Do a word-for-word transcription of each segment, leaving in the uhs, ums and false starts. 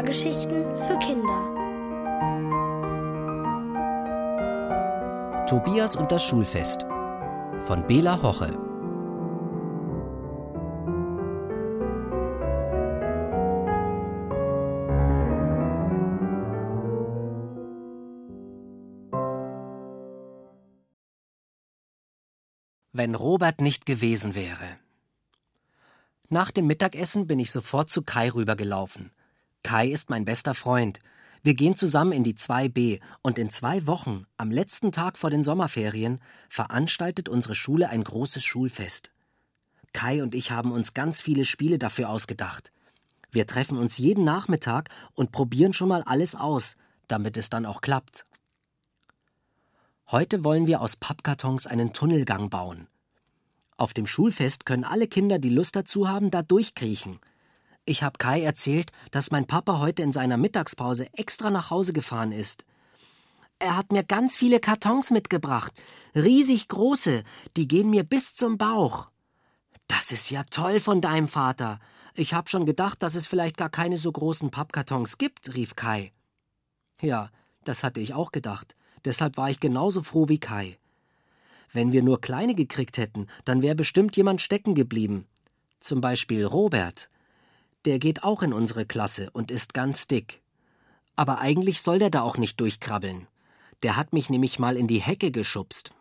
Hörgeschichten für Kinder. Tobias und das Schulfest von Bela Hoche. Wenn Robert nicht gewesen wäre. Nach dem Mittagessen bin ich sofort zu Kai rübergelaufen. Kai ist mein bester Freund. Wir gehen zusammen in die zwei B und in zwei Wochen, am letzten Tag vor den Sommerferien, veranstaltet unsere Schule ein großes Schulfest. Kai und ich haben uns ganz viele Spiele dafür ausgedacht. Wir treffen uns jeden Nachmittag und probieren schon mal alles aus, damit es dann auch klappt. Heute wollen wir aus Pappkartons einen Tunnelgang bauen. Auf dem Schulfest können alle Kinder, die Lust dazu haben, da durchkriechen. Ich habe Kai erzählt, dass mein Papa heute in seiner Mittagspause extra nach Hause gefahren ist. Er hat mir ganz viele Kartons mitgebracht, riesig große, die gehen mir bis zum Bauch. Das ist ja toll von deinem Vater. Ich habe schon gedacht, dass es vielleicht gar keine so großen Pappkartons gibt, rief Kai. Ja, das hatte ich auch gedacht. Deshalb war ich genauso froh wie Kai. Wenn wir nur kleine gekriegt hätten, dann wäre bestimmt jemand stecken geblieben. Zum Beispiel Robert. Der geht auch in unsere Klasse und ist ganz dick. Aber eigentlich soll der da auch nicht durchkrabbeln. Der hat mich nämlich mal in die Hecke geschubst.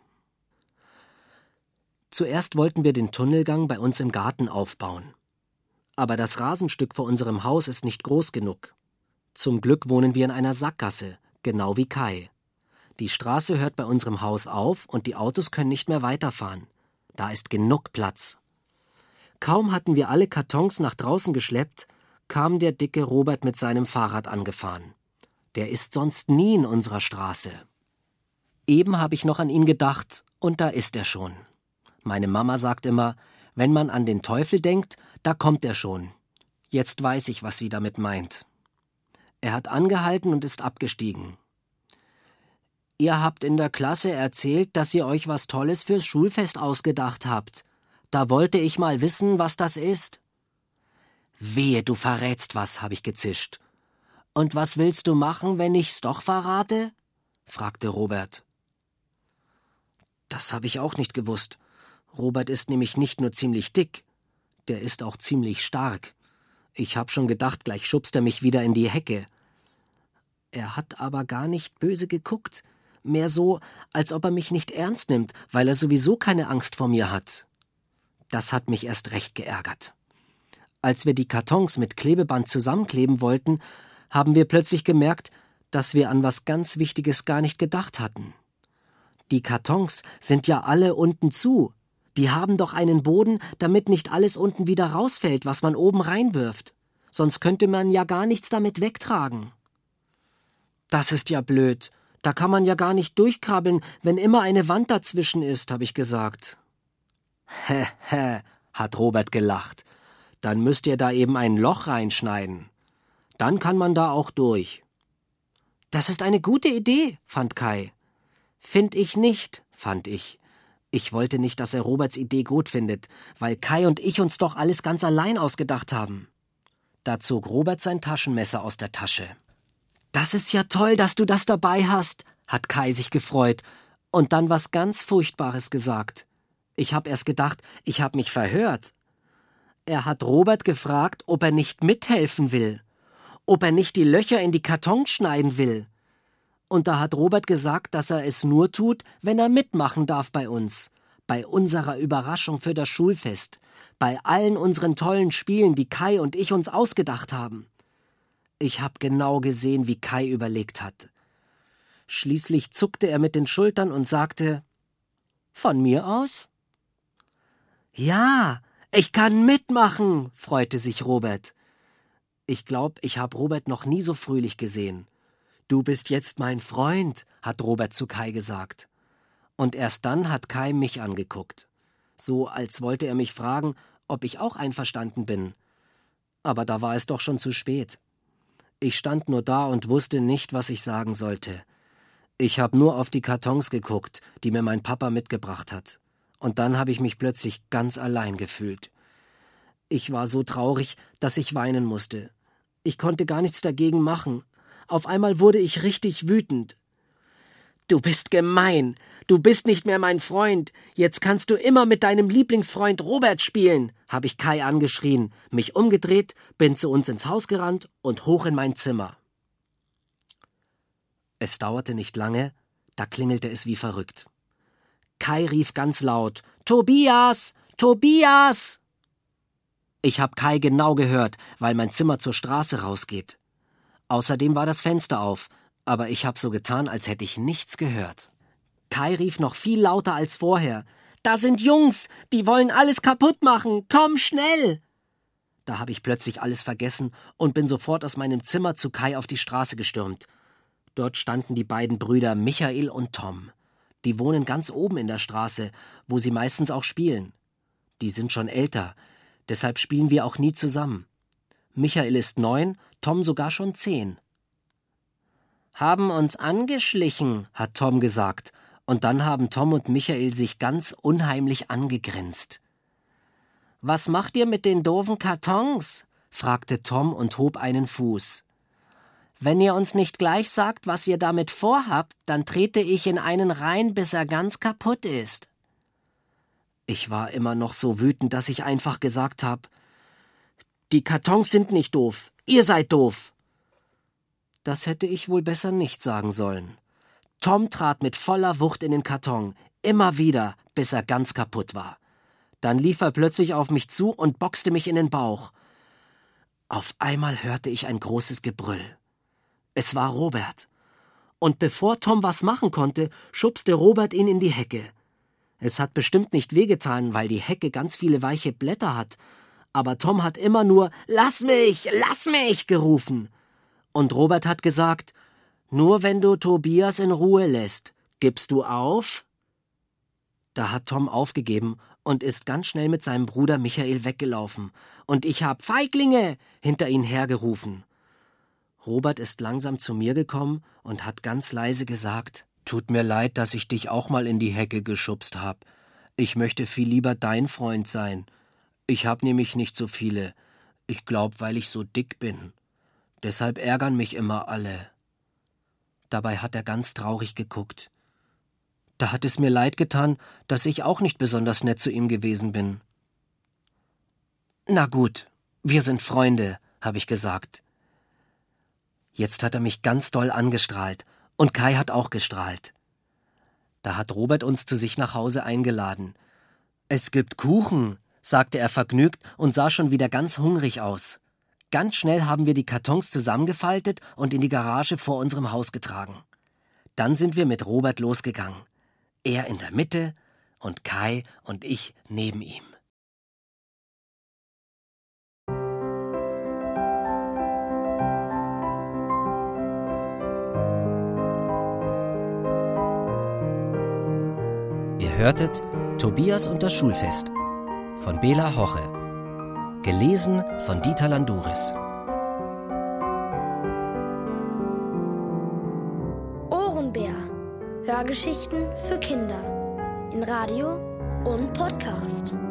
Zuerst wollten wir den Tunnelgang bei uns im Garten aufbauen. Aber das Rasenstück vor unserem Haus ist nicht groß genug. Zum Glück wohnen wir in einer Sackgasse, genau wie Kai. Die Straße hört bei unserem Haus auf und die Autos können nicht mehr weiterfahren. Da ist genug Platz. Kaum hatten wir alle Kartons nach draußen geschleppt, kam der dicke Robert mit seinem Fahrrad angefahren. Der ist sonst nie in unserer Straße. Eben habe ich noch an ihn gedacht und da ist er schon. Meine Mama sagt immer, wenn man an den Teufel denkt, da kommt er schon. Jetzt weiß ich, was sie damit meint. Er hat angehalten und ist abgestiegen. Ihr habt in der Klasse erzählt, dass ihr euch was Tolles fürs Schulfest ausgedacht habt. Da wollte ich mal wissen, was das ist. Wehe, du verrätst was, habe ich gezischt. Und was willst du machen, wenn ich's doch verrate? Fragte Robert. Das habe ich auch nicht gewusst. Robert ist nämlich nicht nur ziemlich dick, der ist auch ziemlich stark. Ich hab schon gedacht, gleich schubst er mich wieder in die Hecke. Er hat aber gar nicht böse geguckt. Mehr so, als ob er mich nicht ernst nimmt, weil er sowieso keine Angst vor mir hat. Das hat mich erst recht geärgert. Als wir die Kartons mit Klebeband zusammenkleben wollten, haben wir plötzlich gemerkt, dass wir an was ganz Wichtiges gar nicht gedacht hatten. Die Kartons sind ja alle unten zu. Die haben doch einen Boden, damit nicht alles unten wieder rausfällt, was man oben reinwirft. Sonst könnte man ja gar nichts damit wegtragen. Das ist ja blöd. Da kann man ja gar nicht durchkrabbeln, wenn immer eine Wand dazwischen ist, habe ich gesagt. Hä, hä, hat Robert gelacht. Dann müsst ihr da eben ein Loch reinschneiden. Dann kann man da auch durch. Das ist eine gute Idee, fand Kai. Find ich nicht, fand ich. Ich wollte nicht, dass er Roberts Idee gut findet, weil Kai und ich uns doch alles ganz allein ausgedacht haben. Da zog Robert sein Taschenmesser aus der Tasche. »Das ist ja toll, dass du das dabei hast«, hat Kai sich gefreut und dann was ganz Furchtbares gesagt. Ich hab erst gedacht, ich hab mich verhört. Er hat Robert gefragt, ob er nicht mithelfen will, ob er nicht die Löcher in die Kartons schneiden will. Und da hat Robert gesagt, dass er es nur tut, wenn er mitmachen darf bei uns, bei unserer Überraschung für das Schulfest, bei allen unseren tollen Spielen, die Kai und ich uns ausgedacht haben. Ich habe genau gesehen, wie Kai überlegt hat. Schließlich zuckte er mit den Schultern und sagte, »Von mir aus?« »Ja, ich kann mitmachen«, freute sich Robert. Ich glaube, ich habe Robert noch nie so fröhlich gesehen. »Du bist jetzt mein Freund«, hat Robert zu Kai gesagt. Und erst dann hat Kai mich angeguckt. So, als wollte er mich fragen, ob ich auch einverstanden bin. Aber da war es doch schon zu spät. Ich stand nur da und wusste nicht, was ich sagen sollte. Ich habe nur auf die Kartons geguckt, die mir mein Papa mitgebracht hat. Und dann habe ich mich plötzlich ganz allein gefühlt. Ich war so traurig, dass ich weinen musste. Ich konnte gar nichts dagegen machen. Auf einmal wurde ich richtig wütend. »Du bist gemein. Du bist nicht mehr mein Freund. Jetzt kannst du immer mit deinem Lieblingsfreund Robert spielen«, habe ich Kai angeschrien, mich umgedreht, bin zu uns ins Haus gerannt und hoch in mein Zimmer. Es dauerte nicht lange, da klingelte es wie verrückt. Kai rief ganz laut: »Tobias! Tobias!« Ich habe Kai genau gehört, weil mein Zimmer zur Straße rausgeht. Außerdem war das Fenster auf, aber ich habe so getan, als hätte ich nichts gehört. Kai rief noch viel lauter als vorher: »Da sind Jungs, die wollen alles kaputt machen, komm schnell!« Da habe ich plötzlich alles vergessen und bin sofort aus meinem Zimmer zu Kai auf die Straße gestürmt. Dort standen die beiden Brüder Michael und Tom. Die wohnen ganz oben in der Straße, wo sie meistens auch spielen. Die sind schon älter, deshalb spielen wir auch nie zusammen. Michael ist neun, Tom sogar schon zehn. »Haben uns angeschlichen«, hat Tom gesagt, und dann haben Tom und Michael sich ganz unheimlich angegrinst. »Was macht ihr mit den doofen Kartons?«, fragte Tom und hob einen Fuß. »Wenn ihr uns nicht gleich sagt, was ihr damit vorhabt, dann trete ich in einen rein, bis er ganz kaputt ist.« Ich war immer noch so wütend, dass ich einfach gesagt habe: »Die Kartons sind nicht doof, ihr seid doof.« Das hätte ich wohl besser nicht sagen sollen. Tom trat mit voller Wucht in den Karton, immer wieder, bis er ganz kaputt war. Dann lief er plötzlich auf mich zu und boxte mich in den Bauch. Auf einmal hörte ich ein großes Gebrüll. Es war Robert. Und bevor Tom was machen konnte, schubste Robert ihn in die Hecke. Es hat bestimmt nicht wehgetan, weil die Hecke ganz viele weiche Blätter hat. Aber Tom hat immer nur »Lass mich, lass mich« gerufen. Und Robert hat gesagt: »Nur wenn du Tobias in Ruhe lässt. Gibst du auf?« Da hat Tom aufgegeben und ist ganz schnell mit seinem Bruder Michael weggelaufen. Und ich hab »Feiglinge« hinter ihn hergerufen. Robert ist langsam zu mir gekommen und hat ganz leise gesagt: »Tut mir leid, dass ich dich auch mal in die Hecke geschubst hab. Ich möchte viel lieber dein Freund sein. Ich hab nämlich nicht so viele. Ich glaub, weil ich so dick bin. Deshalb ärgern mich immer alle.« Dabei hat er ganz traurig geguckt. Da hat es mir leid getan, dass ich auch nicht besonders nett zu ihm gewesen bin. »Na gut, wir sind Freunde«, habe ich gesagt. Jetzt hat er mich ganz doll angestrahlt und Kai hat auch gestrahlt. Da hat Robert uns zu sich nach Hause eingeladen. »Es gibt Kuchen«, sagte er vergnügt und sah schon wieder ganz hungrig aus. Ganz schnell haben wir die Kartons zusammengefaltet und in die Garage vor unserem Haus getragen. Dann sind wir mit Robert losgegangen. Er in der Mitte und Kai und ich neben ihm. Ihr hörtet Tobias und das Schulfest von Bela Hoche. Gelesen von Dieter Landouris. Ohrenbär. Hörgeschichten für Kinder. In Radio und Podcast.